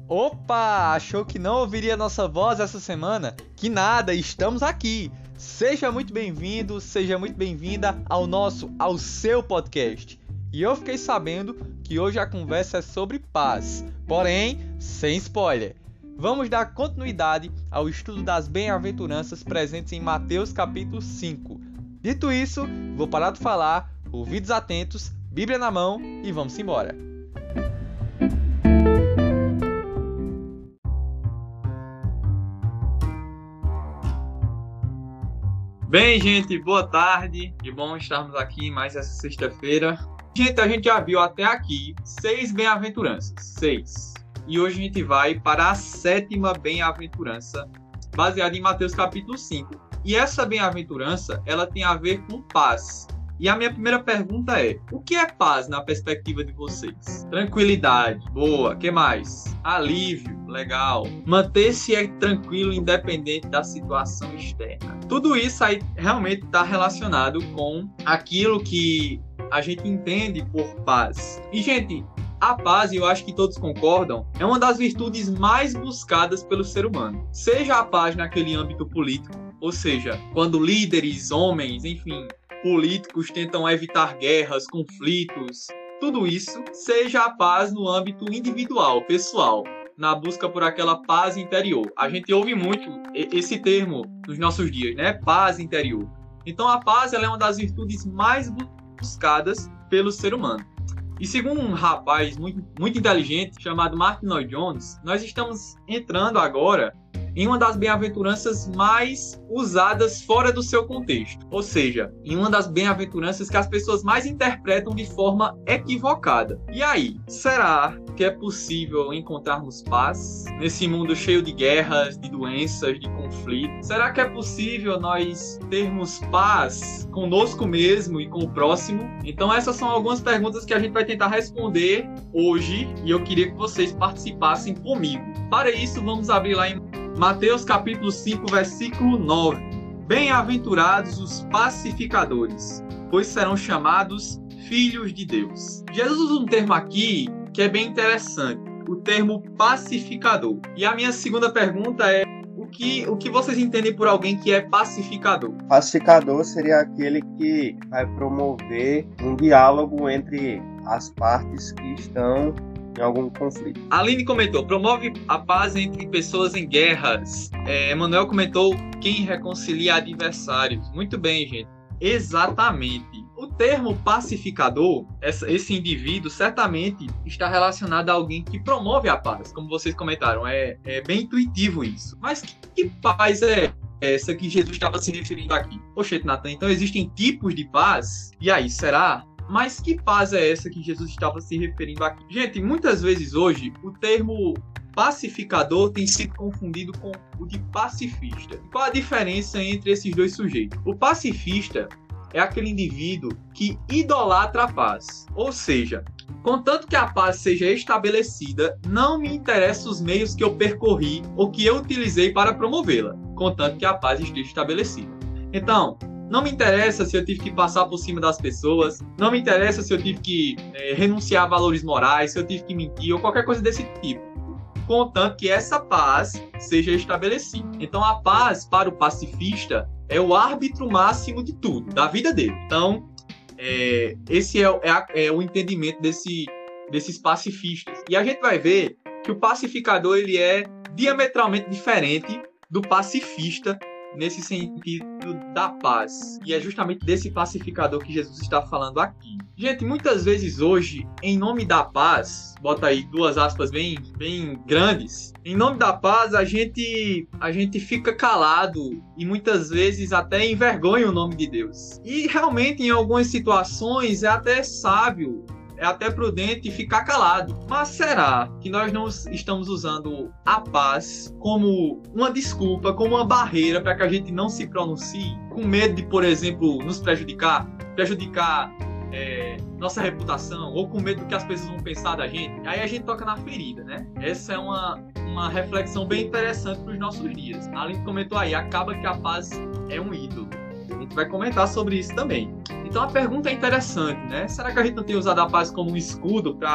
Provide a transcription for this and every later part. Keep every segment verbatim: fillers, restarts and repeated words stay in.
Opa! Achou que não ouviria nossa voz essa semana? Que nada, estamos aqui! Seja muito bem-vindo, seja muito bem-vinda ao nosso, ao seu podcast. E eu fiquei sabendo que hoje a conversa é sobre paz, porém, sem spoiler. Vamos dar continuidade ao estudo das bem-aventuranças presentes em Mateus capítulo cinco. Dito isso, vou parar de falar, ouvidos atentos, Bíblia na mão e vamos embora. Bem, gente, boa tarde. Que bom estarmos aqui mais essa sexta-feira. Gente, a gente já viu até aqui seis bem-aventuranças. Seis. E hoje a gente vai para a sétima bem-aventurança, baseada em Mateus capítulo cinco. E essa bem-aventurança, ela tem a ver com paz. E a minha primeira pergunta é: o que é paz na perspectiva de vocês? Tranquilidade, boa. Que mais? Alívio, legal. Manter-se tranquilo independente da situação externa. Tudo isso aí realmente está relacionado com aquilo que a gente entende por paz. E, gente, a paz, e eu acho que todos concordam, é uma das virtudes mais buscadas pelo ser humano. Seja a paz naquele âmbito político, ou seja, quando líderes, homens, enfim, políticos tentam evitar guerras, conflitos, tudo isso, seja a paz no âmbito individual, pessoal, na busca por aquela paz interior. A gente ouve muito esse termo nos nossos dias, né? Paz interior. Então a paz, ela é uma das virtudes mais buscadas pelo ser humano. E segundo um rapaz muito, muito inteligente chamado Martyn Lloyd-Jones, nós estamos entrando agora em uma das bem-aventuranças mais usadas fora do seu contexto. Ou seja, em uma das bem-aventuranças que as pessoas mais interpretam de forma equivocada. E aí, será que é possível encontrarmos paz nesse mundo cheio de guerras, de doenças, de conflitos? Será que é possível nós termos paz conosco mesmo e com o próximo? Então essas são algumas perguntas que a gente vai tentar responder hoje e eu queria que vocês participassem comigo. Para isso, vamos abrir lá em Mateus capítulo cinco, versículo nove. Bem-aventurados os pacificadores, pois serão chamados filhos de Deus. Jesus usa um termo aqui que é bem interessante, o termo pacificador. E a minha segunda pergunta é: o que, o que vocês entendem por alguém que é pacificador? Pacificador seria aquele que vai promover um diálogo entre as partes que estão em algum conflito. A Aline comentou: promove a paz entre pessoas em guerras. É, Emanuel comentou: quem reconcilia adversários. Muito bem, gente. Exatamente. O termo pacificador, essa, esse indivíduo, certamente está relacionado a alguém que promove a paz. Como vocês comentaram, é, é bem intuitivo isso. Mas que, que paz é essa que Jesus estava se referindo aqui? Poxa, Nathan, então existem tipos de paz? E aí, será? Mas que paz é essa que Jesus estava se referindo aqui? Gente, muitas vezes hoje, o termo pacificador tem sido confundido com o de pacifista. Qual a diferença entre esses dois sujeitos? O pacifista é aquele indivíduo que idolatra a paz. Ou seja, contanto que a paz seja estabelecida, não me interessam os meios que eu percorri ou que eu utilizei para promovê-la, contanto que a paz esteja estabelecida. Então, não me interessa se eu tive que passar por cima das pessoas, não me interessa se eu tive que é, renunciar a valores morais, se eu tive que mentir ou qualquer coisa desse tipo, contanto que essa paz seja estabelecida. Então a paz para o pacifista é o árbitro máximo de tudo, da vida dele. Então é, esse é, é, a, é o entendimento desse, desses pacifistas. E a gente vai ver que o pacificador ele é diametralmente diferente do pacifista, nesse sentido da paz. E é justamente desse pacificador que Jesus está falando aqui. Gente, muitas vezes hoje, em nome da paz, bota aí duas aspas bem, bem grandes, em nome da paz a gente, a gente fica calado e muitas vezes até envergonha o nome de Deus. E realmente em algumas situações é até sábio, é até prudente ficar calado. Mas será que nós não estamos usando a paz como uma desculpa, como uma barreira para que a gente não se pronuncie? Com medo de, por exemplo, nos prejudicar? Prejudicar é, nossa reputação? Ou com medo do que as pessoas vão pensar da gente? Aí a gente toca na ferida, né? Essa é uma, uma reflexão bem interessante para os nossos dias. A Aline comentou aí, acaba que a paz é um ídolo. A gente vai comentar sobre isso também. Então a pergunta é interessante, né? Será que a gente não tem usado a paz como um escudo para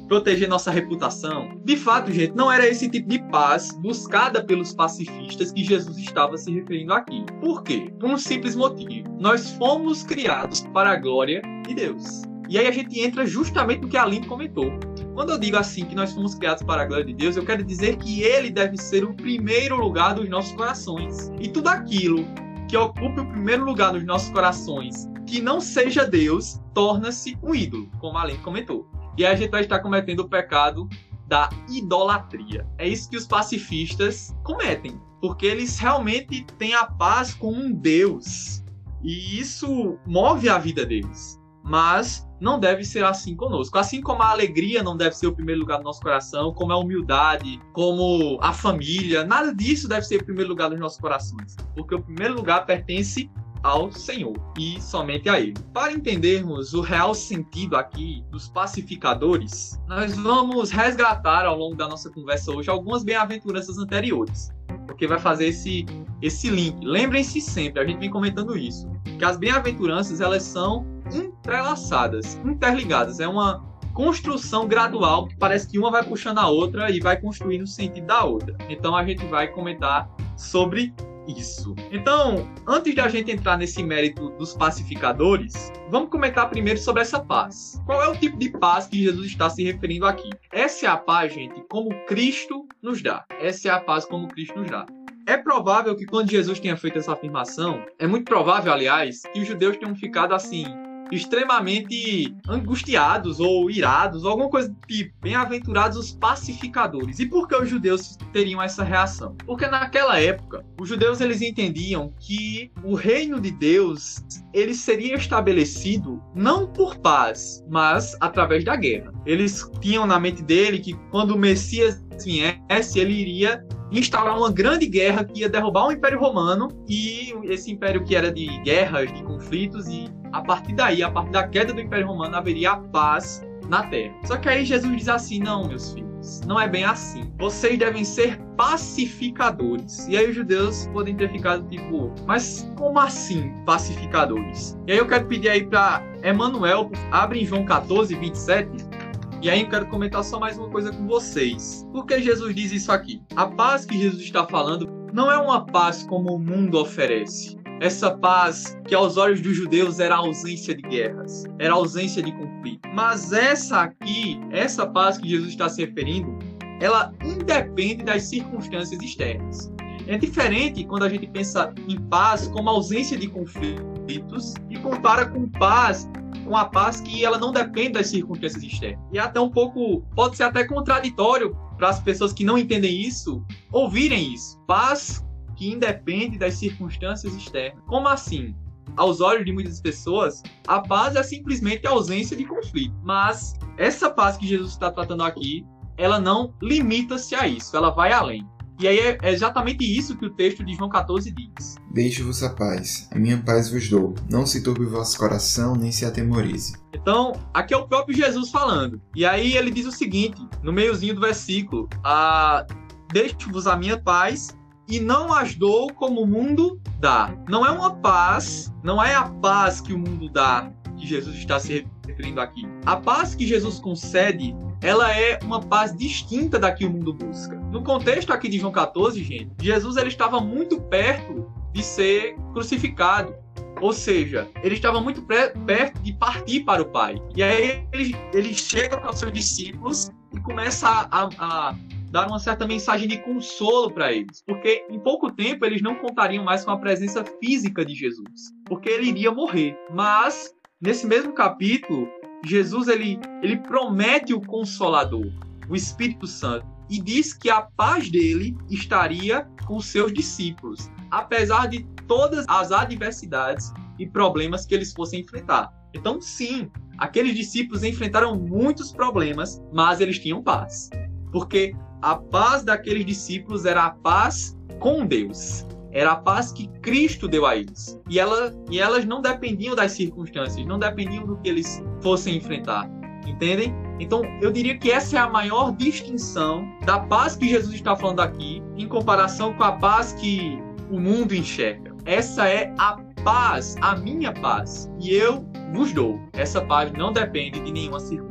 proteger nossa reputação. De fato, gente, não era esse tipo de paz buscada pelos pacifistas que Jesus estava se referindo aqui. Por quê? Por um simples motivo. Nós fomos criados para a glória de Deus. E aí a gente entra justamente no que a Aline comentou. Quando eu digo assim que nós fomos criados para a glória de Deus, eu quero dizer que Ele deve ser o primeiro lugar dos nossos corações. E tudo aquilo que ocupe o primeiro lugar nos nossos corações, que não seja Deus, torna-se um ídolo, como a Aline comentou. E aí a gente vai estar cometendo o pecado da idolatria. É isso que os pacifistas cometem, porque eles realmente têm a paz com um Deus. E isso move a vida deles. Mas não deve ser assim conosco. Assim como a alegria não deve ser o primeiro lugar do nosso coração, como a humildade, como a família, nada disso deve ser o primeiro lugar dos nossos corações. Porque o primeiro lugar pertence ao Senhor e somente a Ele. Para entendermos o real sentido aqui dos pacificadores, nós vamos resgatar ao longo da nossa conversa hoje algumas bem-aventuranças anteriores, porque vai fazer esse, esse link. Lembrem-se sempre, a gente vem comentando isso, que as bem-aventuranças elas são entrelaçadas, interligadas. É uma construção gradual que parece que uma vai puxando a outra e vai construindo o sentido da outra. Então a gente vai comentar sobre isso. Então, antes da gente entrar nesse mérito dos pacificadores, vamos comentar primeiro sobre essa paz. Qual é o tipo de paz que Jesus está se referindo aqui? Essa é a paz, gente, como Cristo nos dá. Essa é a paz como Cristo nos dá. É provável que quando Jesus tenha feito essa afirmação, é muito provável, aliás, que os judeus tenham ficado assim, extremamente angustiados ou irados, ou alguma coisa do tipo. Bem-aventurados os pacificadores. E por que os judeus teriam essa reação? Porque naquela época, os judeus eles entendiam que o reino de Deus ele seria estabelecido não por paz, mas através da guerra. Eles tinham na mente dele que quando o Messias viesse, ele iria instaurar uma grande guerra que ia derrubar o Império Romano, e esse império que era de guerras, de conflitos, e a partir daí, a partir da queda do Império Romano, haveria a paz na Terra. Só que aí Jesus diz assim: não, meus filhos, não é bem assim. Vocês devem ser pacificadores. E aí os judeus podem ter ficado tipo, mas como assim pacificadores? E aí eu quero pedir aí para Emanuel, abre em João catorze, vinte e sete. E aí eu quero comentar só mais uma coisa com vocês. Por que Jesus diz isso aqui? A paz que Jesus está falando não é uma paz como o mundo oferece. Essa paz que aos olhos dos judeus era a ausência de guerras, era a ausência de conflito. Mas essa aqui, essa paz que Jesus está se referindo, ela independe das circunstâncias externas. É diferente quando a gente pensa em paz como ausência de conflitos e compara com paz, com a paz que ela não depende das circunstâncias externas. E é até um pouco, pode ser até contraditório para as pessoas que não entendem isso, ouvirem isso. Paz que independe das circunstâncias externas. Como assim? Aos olhos de muitas pessoas, a paz é simplesmente a ausência de conflito. Mas essa paz que Jesus está tratando aqui, ela não limita-se a isso, ela vai além. E aí é exatamente isso que o texto de João catorze diz. Deixe-vos a paz, a minha paz vos dou. Não se turbe o vosso coração, nem se atemorize. Então, aqui é o próprio Jesus falando. E aí ele diz o seguinte, no meiozinho do versículo: ah, deixe-vos a minha paz e não as dou como o mundo dá. Não é uma paz, não é a paz que o mundo dá que Jesus está se referindo aqui. A paz que Jesus concede, ela é uma paz distinta da que o mundo busca. No contexto aqui de João catorze, gente, Jesus ele estava muito perto de ser crucificado. Ou seja, ele estava muito perto de partir para o Pai. E aí ele, ele chega para os seus discípulos e começa a, a, a dar uma certa mensagem de consolo para eles. Porque em pouco tempo eles não contariam mais com a presença física de Jesus. Porque ele iria morrer. Mas, nesse mesmo capítulo, Jesus ele, ele promete o Consolador, o Espírito Santo, e diz que a paz dele estaria com os seus discípulos, apesar de todas as adversidades e problemas que eles fossem enfrentar. Então, sim, aqueles discípulos enfrentaram muitos problemas, mas eles tinham paz, porque a paz daqueles discípulos era a paz com Deus. Era a paz que Cristo deu a eles. E, ela, e elas não dependiam das circunstâncias, não dependiam do que eles fossem enfrentar. Entendem? Então, eu diria que essa é a maior distinção da paz que Jesus está falando aqui, em comparação com a paz que o mundo enxerga. Essa é a paz, a minha paz, e eu vos dou. Essa paz não depende de nenhuma circunstância.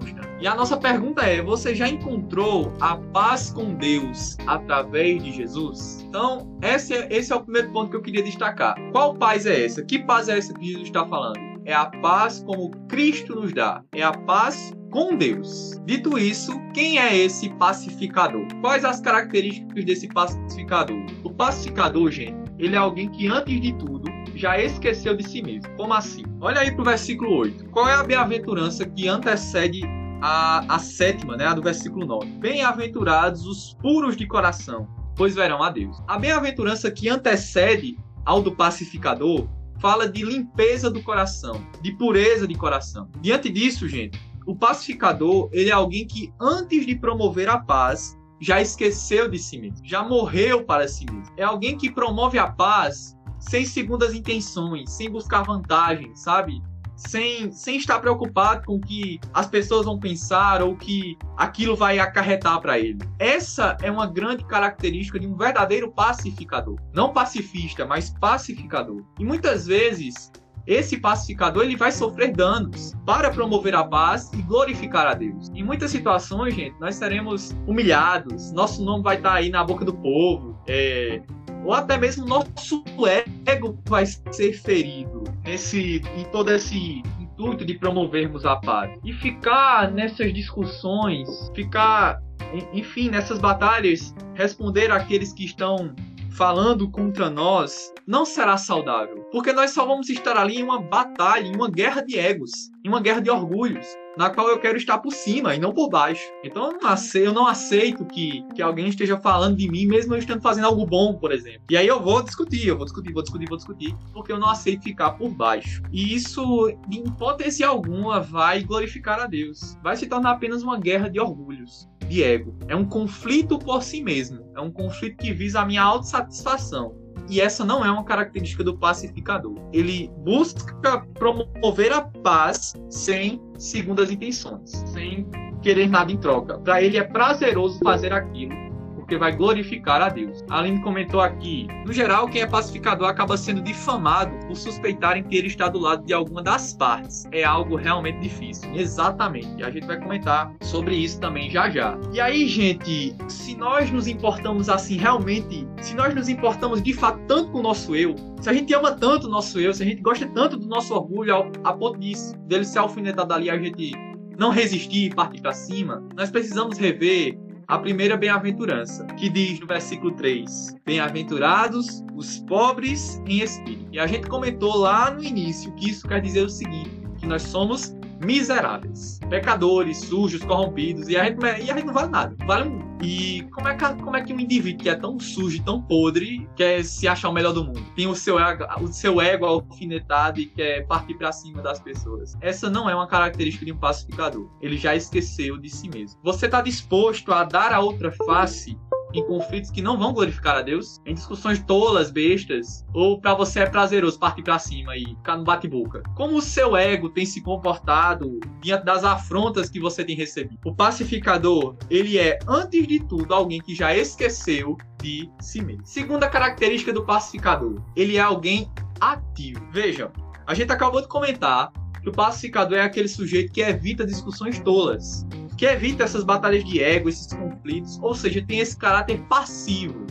E a nossa pergunta é: você já encontrou a paz com Deus através de Jesus? Então, esse é, esse é o primeiro ponto que eu queria destacar. Qual paz é essa? Que paz é essa que Jesus está falando? É a paz como Cristo nos dá. É a paz com Deus. Dito isso, quem é esse pacificador? Quais as características desse pacificador? O pacificador, gente, ele é alguém que, antes de tudo, já esqueceu de si mesmo. Como assim? Olha aí para o versículo oito. Qual é a bem-aventurança que antecede a, a sétima, né? A do versículo nove? Bem-aventurados os puros de coração, pois verão a Deus. A bem-aventurança que antecede ao do pacificador fala de limpeza do coração, de pureza de coração. Diante disso, gente, o pacificador, ele é alguém que, antes de promover a paz, já esqueceu de si mesmo, já morreu para si mesmo. É alguém que promove a paz sem segundas intenções, sem buscar vantagem, sabe? Sem, sem estar preocupado com o que as pessoas vão pensar ou que aquilo vai acarretar para ele. Essa é uma grande característica de um verdadeiro pacificador. Não pacifista, mas pacificador. E muitas vezes, esse pacificador ele vai sofrer danos para promover a paz e glorificar a Deus. Em muitas situações, gente, nós seremos humilhados, nosso nome vai estar aí na boca do povo, é... ou até mesmo nosso ego vai ser ferido nesse, em todo esse intuito de promovermos a paz. E ficar nessas discussões, ficar, enfim, nessas batalhas, responder àqueles que estão falando contra nós, não será saudável. Porque nós só vamos estar ali em uma batalha, em uma guerra de egos, em uma guerra de orgulhos, na qual eu quero estar por cima e não por baixo. Então eu não aceito, eu não aceito que, que alguém esteja falando de mim, mesmo eu estando fazendo algo bom, por exemplo. E aí eu vou discutir, eu vou discutir, vou discutir, vou discutir, porque eu não aceito ficar por baixo. E isso, em hipótese alguma, vai glorificar a Deus. Vai se tornar apenas uma guerra de orgulhos, de ego. É um conflito por si mesmo. É um conflito que visa a minha autossatisfação. E essa não é uma característica do pacificador. Ele busca promover a paz sem segundas intenções, sem querer nada em troca. Para ele é prazeroso fazer aquilo, porque vai glorificar a Deus. A Aline comentou aqui, no geral, quem é pacificador acaba sendo difamado por suspeitarem que ele está do lado de alguma das partes. É algo realmente difícil. Exatamente. A gente vai comentar sobre isso também já já. E aí, gente, se nós nos importamos assim realmente, se nós nos importamos de fato tanto com o nosso eu, se a gente ama tanto o nosso eu, se a gente gosta tanto do nosso orgulho ao, a ponto disso, dele ser alfinetado ali, a gente não resistir e partir para cima, nós precisamos rever a primeira bem-aventurança, que diz no versículo três: bem-aventurados os pobres em espírito. E a gente comentou lá no início que isso quer dizer o seguinte, que nós somos miseráveis, pecadores, sujos, corrompidos, e a gente, e a gente não vale nada, vale um. E como é, que, como é que um indivíduo que é tão sujo e tão podre quer se achar o melhor do mundo? Tem o seu ego, o seu ego alfinetado e quer partir para cima das pessoas. Essa não é uma característica de um pacificador. Ele já esqueceu de si mesmo. Você está disposto a dar a outra face em conflitos que não vão glorificar a Deus, em discussões tolas, bestas, ou para você é prazeroso partir para cima e ficar no bate-boca? Como o seu ego tem se comportado diante das afrontas que você tem recebido? O pacificador, ele é, antes de tudo, alguém que já esqueceu de si mesmo. Segunda característica do pacificador, ele é alguém ativo. Vejam, a gente acabou de comentar que o pacificador é aquele sujeito que evita discussões tolas, que evita essas batalhas de ego, esses conflitos, ou seja, tem esse caráter passivo.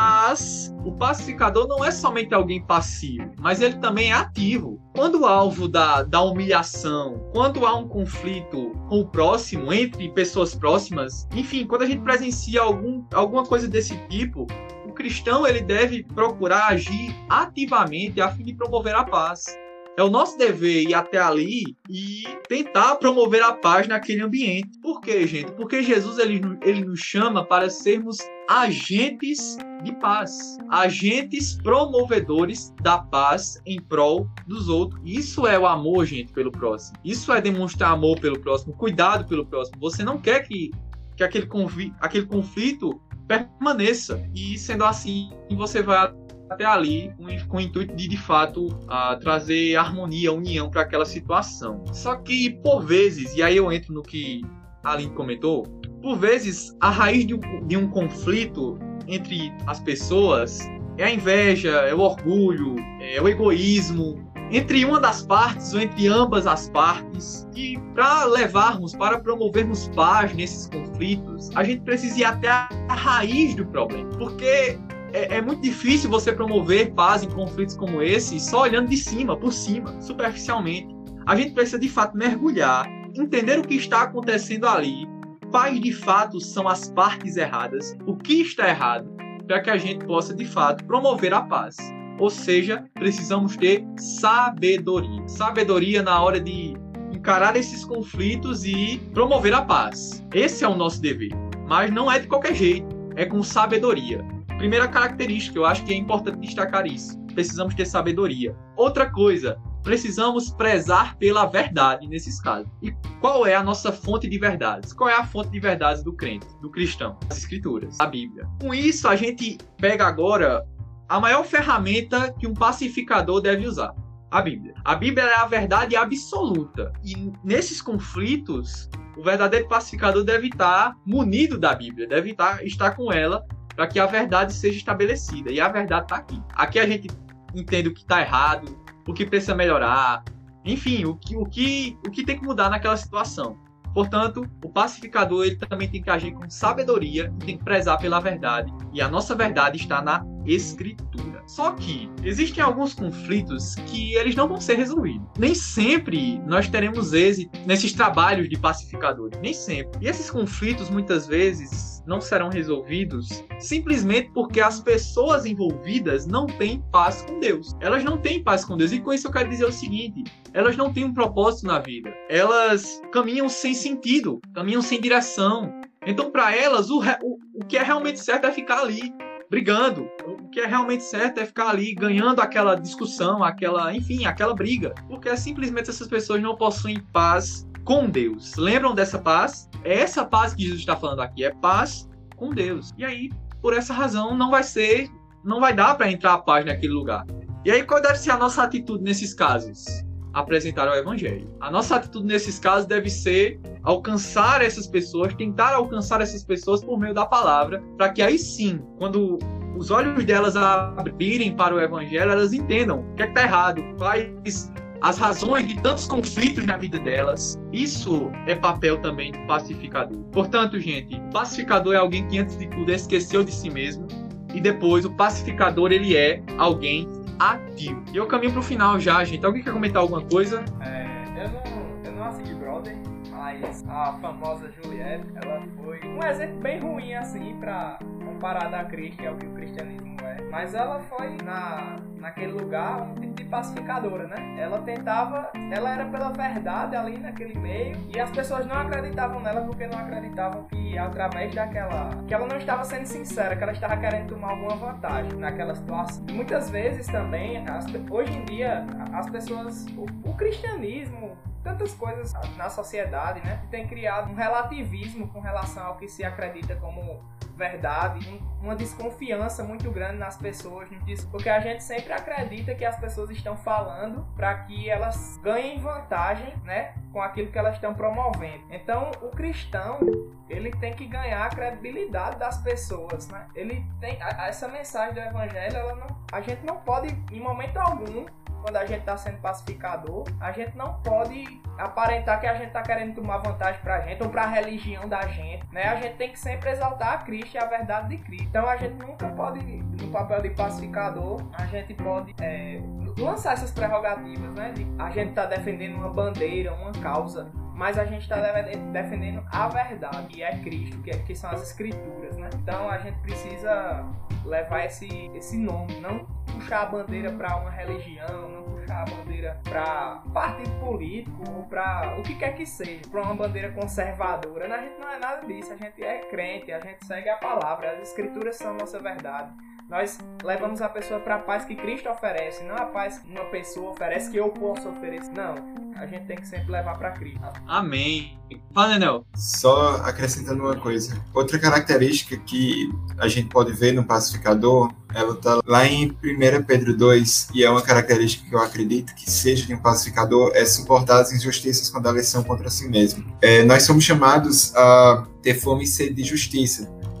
Mas o pacificador não é somente alguém passivo, mas ele também é ativo. Quando o alvo da, da humilhação, quando há um conflito com o próximo, entre pessoas próximas, enfim, quando a gente presencia algum, alguma coisa desse tipo, o cristão ele deve procurar agir ativamente a fim de promover a paz. É o nosso dever ir até ali e tentar promover a paz naquele ambiente. Por quê, gente? Porque Jesus ele, ele nos chama para sermos agentes de paz. Agentes promovedores da paz em prol dos outros. Isso é o amor, gente, pelo próximo. Isso é demonstrar amor pelo próximo, cuidado pelo próximo. Você não quer que, que aquele, convi, aquele conflito permaneça. E sendo assim, você vai até ali com, com o intuito de, de fato, uh, trazer harmonia, união para aquela situação. Só que, por vezes, e aí eu entro no que a Aline comentou, por vezes, a raiz de um, de um conflito entre as pessoas é a inveja, é o orgulho, é o egoísmo, entre uma das partes ou entre ambas as partes. E para levarmos, para promovermos paz nesses conflitos, a gente precisa ir até a raiz do problema. Porque é, é muito difícil você promover paz em conflitos como esse só olhando de cima, por cima, superficialmente. A gente precisa de fato mergulhar, entender o que está acontecendo ali, quais de fato são as partes erradas, o que está errado, para que a gente possa de fato promover a paz. Ou seja, precisamos ter sabedoria. Sabedoria na hora de encarar esses conflitos e promover a paz. Esse é o nosso dever. Mas não é de qualquer jeito, é com sabedoria. Primeira característica, eu acho que é importante destacar isso. Precisamos ter sabedoria. Outra coisa, precisamos prezar pela verdade nesses casos. E qual é a nossa fonte de verdades? Qual é a fonte de verdades do crente, do cristão? As Escrituras, a Bíblia. Com isso, a gente pega agora a maior ferramenta que um pacificador deve usar. A Bíblia. A Bíblia é a verdade absoluta. E nesses conflitos, o verdadeiro pacificador deve estar munido da Bíblia, deve estar, estar com ela para que a verdade seja estabelecida. E a verdade está aqui. Aqui a gente entende o que está errado, o que precisa melhorar, enfim, o que, o, que, o que tem que mudar naquela situação. Portanto, o pacificador ele também tem que agir com sabedoria e tem que prezar pela verdade. E a nossa verdade está na Escritura. Só que existem alguns conflitos que eles não vão ser resolvidos. Nem sempre nós teremos êxito nesses trabalhos de pacificadores. Nem sempre. E esses conflitos, muitas vezes, não serão resolvidos simplesmente porque as pessoas envolvidas não têm paz com Deus. Elas não têm paz com Deus. E com isso eu quero dizer o seguinte: elas não têm um propósito na vida. Elas caminham sem sentido, caminham sem direção. Então, para elas, o, o, o que é realmente certo é ficar ali, brigando. O que é realmente certo é ficar ali, ganhando aquela discussão, aquela, enfim, aquela briga. Porque simplesmente essas pessoas não possuem paz com Deus. Lembram dessa paz? É essa paz que Jesus está falando aqui, é paz com Deus. E aí, por essa razão, não vai ser, não vai dar para entrar a paz naquele lugar. E aí, qual deve ser a nossa atitude nesses casos? Apresentar o Evangelho. A nossa atitude nesses casos deve ser alcançar essas pessoas, tentar alcançar essas pessoas por meio da palavra, para que aí sim, quando os olhos delas abrirem para o Evangelho, elas entendam o que é que está errado, quais as razões de tantos conflitos na vida delas. Isso é papel também do pacificador. Portanto, gente, o pacificador é alguém que antes de tudo esqueceu de si mesmo, e depois o pacificador ele é alguém ativo. E eu caminho pro final já, gente. Alguém quer comentar alguma coisa? É, eu não, eu não assisti Brother, mas a famosa Juliette, ela foi um exemplo bem ruim, assim, pra comparar da Cristo, que é o que o cristianismo é. Mas ela foi na, naquele lugar um tipo de pacificadora, né? Ela tentava, ela era pela verdade ali naquele meio, e as pessoas não acreditavam nela porque não acreditavam que através daquela, que ela não estava sendo sincera, que ela estava querendo tomar alguma vantagem naquela situação. E muitas vezes também, as, hoje em dia, as pessoas, o, o cristianismo, tantas coisas na sociedade, né, tem criado um relativismo com relação ao que se acredita como verdade, um, uma desconfiança muito grande nas pessoas, porque a gente sempre acredita que as pessoas estão falando para que elas ganhem vantagem, né, com aquilo que elas estão promovendo. Então, o cristão, ele tem que ganhar a credibilidade das pessoas, né? Ele tem a, essa mensagem do Evangelho, ela não, a gente não pode, em momento algum, quando a gente está sendo pacificador, a gente não pode aparentar que a gente está querendo tomar vantagem para a gente ou para a religião da gente, né? A gente tem que sempre exaltar a Cristo e a verdade de Cristo. Então a gente nunca pode, no papel de pacificador, a gente pode é, lançar essas prerrogativas, né? De, a gente está defendendo uma bandeira, uma causa, mas a gente está defendendo a verdade, que é Cristo, que, é, que são as Escrituras, né? Então a gente precisa levar esse, esse nome, não puxar a bandeira para uma religião, não puxar a bandeira para partido político ou para o que quer que seja, para uma bandeira conservadora. A gente não é nada disso, a gente é crente, a gente segue a palavra, as Escrituras são a nossa verdade. Nós levamos a pessoa para a paz que Cristo oferece, não a paz que uma pessoa oferece que eu posso oferecer. Não, a gente tem que sempre levar para Cristo. Amém. Fala, Nenel. Só acrescentando uma coisa. Outra característica que a gente pode ver no pacificador, ela está lá em primeira Pedro dois, e é uma característica que eu acredito que seja de um pacificador, é suportar as injustiças quando elas são contra si mesmo. É, nós somos chamados a ter fome e sede de justiça.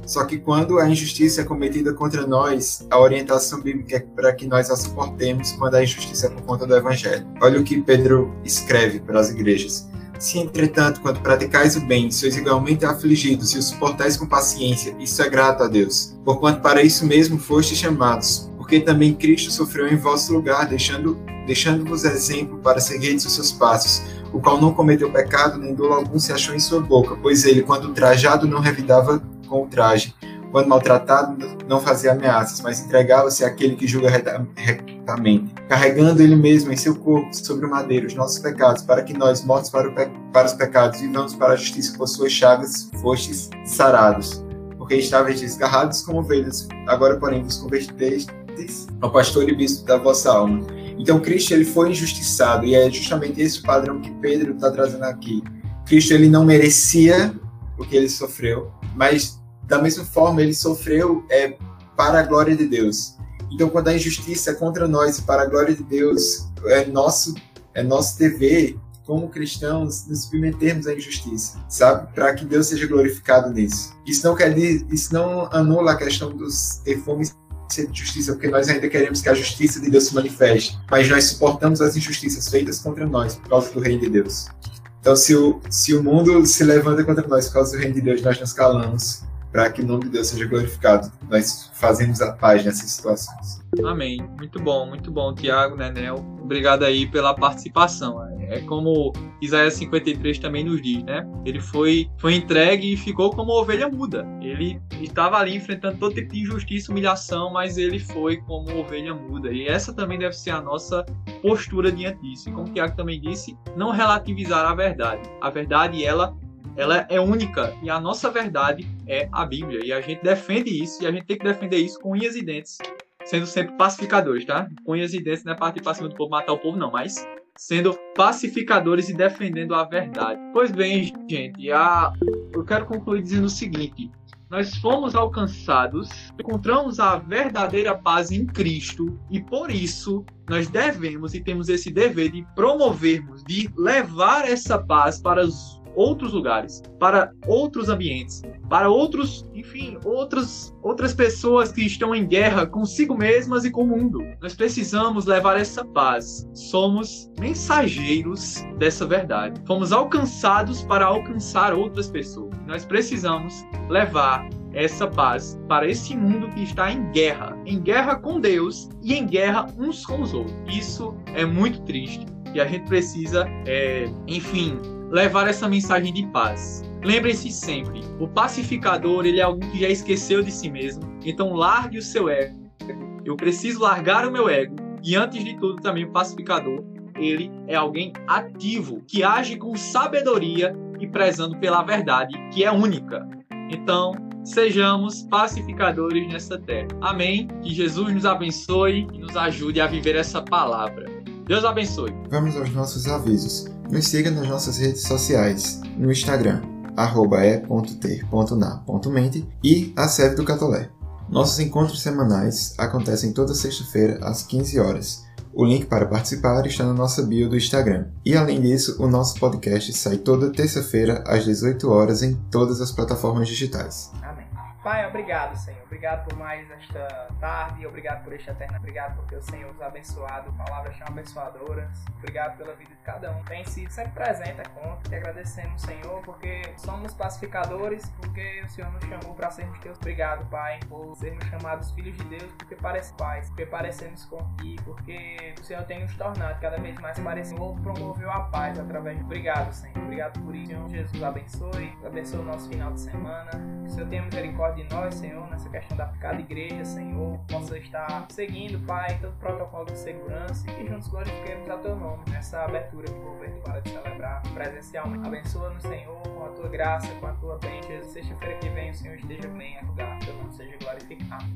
Só que quando a injustiça é cometida contra nós, a orientação bíblica é para que nós a suportemos quando a injustiça é por conta do Evangelho. Olha o que Pedro escreve para as igrejas. Se, entretanto, quando praticais o bem, sois igualmente afligidos e o suportais com paciência, isso é grato a Deus. Porquanto para isso mesmo fostes chamados, porque também Cristo sofreu em vosso lugar, deixando, deixando-vos exemplo para seguirdes os seus passos, o qual não cometeu pecado, nem dolo algum se achou em sua boca, pois ele, quando trajado, não revidava com o traje, quando maltratado, não fazia ameaças, mas entregava-se àquele que julga retamente, carregando ele mesmo em seu corpo sobre o madeiro os nossos pecados, para que nós, mortos para, pe para os pecados, vivamos para a justiça, por suas chagas fostes sarados. Porque estáveis desgarrados como ovelhas, agora, porém, vos convertestes ao pastor e bispo da vossa alma. Então, Cristo ele foi injustiçado, e é justamente esse o padrão que Pedro está trazendo aqui. Cristo ele não merecia o que ele sofreu, mas da mesma forma ele sofreu é, para a glória de Deus. Então, quando a injustiça é contra nós e para a glória de Deus, é nosso, é nosso dever, como cristãos, nos submetermos à injustiça, sabe? Para que Deus seja glorificado nisso. Isso não quer dizer, isso não anula a questão dos ter fome e sede de justiça, porque nós ainda queremos que a justiça de Deus se manifeste, mas nós suportamos as injustiças feitas contra nós por causa do reino de Deus. Então, se o, se o mundo se levanta contra nós por causa do reino de Deus, nós nos calamos, para que o nome de Deus seja glorificado. Nós fazemos a paz nessas situações. Amém. Muito bom, muito bom, Tiago, Nenel. Obrigado aí pela participação. É como Isaías cinquenta e três também nos diz, né? Ele foi, foi entregue e ficou como ovelha muda. Ele estava ali enfrentando todo tipo de injustiça, humilhação, mas ele foi como ovelha muda. E essa também deve ser a nossa postura diante disso. E como Tiago também disse, não relativizar a verdade. A verdade, ela ela é única, e a nossa verdade é a Bíblia, e a gente defende isso, e a gente tem que defender isso com unhas e dentes, sendo sempre pacificadores, tá? Com unhas e dentes não é partir para cima do povo, matar o povo não, mas sendo pacificadores e defendendo a verdade. Pois bem, gente, a... eu quero concluir dizendo o seguinte: nós fomos alcançados, encontramos a verdadeira paz em Cristo, e por isso nós devemos e temos esse dever de promovermos, de levar essa paz para os outros lugares, para outros ambientes, para outros, enfim, outros, outras pessoas que estão em guerra consigo mesmas e com o mundo. Nós precisamos levar essa paz. Somos mensageiros dessa verdade. Fomos alcançados para alcançar outras pessoas. Nós precisamos levar essa paz para esse mundo que está em guerra, em guerra com Deus e em guerra uns com os outros. Isso é muito triste e a gente precisa, é, enfim, levar essa mensagem de paz. Lembrem-se sempre, o pacificador ele é alguém que já esqueceu de si mesmo, então largue o seu ego. Eu preciso largar o meu ego. E antes de tudo também o pacificador, ele é alguém ativo, que age com sabedoria e prezando pela verdade, que é única. Então, sejamos pacificadores nessa terra. Amém? Que Jesus nos abençoe e nos ajude a viver essa palavra. Deus abençoe. Vamos aos nossos avisos. Nos siga nas nossas redes sociais, no Instagram, arroba e ponto ter ponto na ponto mente e a Sede do Catolé. Nossos encontros semanais acontecem toda sexta-feira às quinze horas. O link para participar está na nossa bio do Instagram. E além disso, o nosso podcast sai toda terça-feira às dezoito horas em todas as plataformas digitais. Amém. Pai, obrigado, Senhor. Obrigado por mais esta tarde. Obrigado por este eterno. Obrigado porque o Senhor nos abençoado. Palavras são abençoadoras. Obrigado pela vida de cada um. Tem sido sempre presente a conta. Te agradecemos, Senhor, porque somos pacificadores, porque o Senhor nos chamou para sermos teus. Obrigado, Pai, por sermos chamados filhos de Deus, porque parece paz, porque parecemos com Ti, porque o Senhor tem nos tornado cada vez mais parecidos. O promoveu a paz através de... Obrigado, Senhor. Obrigado por isso, Senhor. Jesus abençoe. Abençoe o nosso final de semana. Que o Senhor tenha misericórdia de nós, Senhor, nessa questão da cada igreja, Senhor, possa estar seguindo, Pai, todo o protocolo de segurança e que juntos glorifiquemos a Teu nome nessa abertura que o governo para de celebrar presencialmente. Abençoa-nos, Senhor, com a Tua graça, com a Tua bênção. Jesus, sexta-feira que vem o Senhor esteja bem a lugar, Teu nome seja glorificado.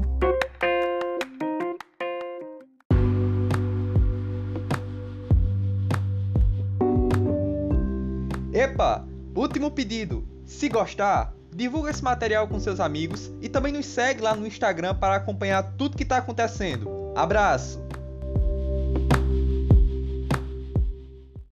Epa, último pedido. Se gostar, divulga esse material com seus amigos e também nos segue lá no Instagram para acompanhar tudo que está acontecendo. Abraço!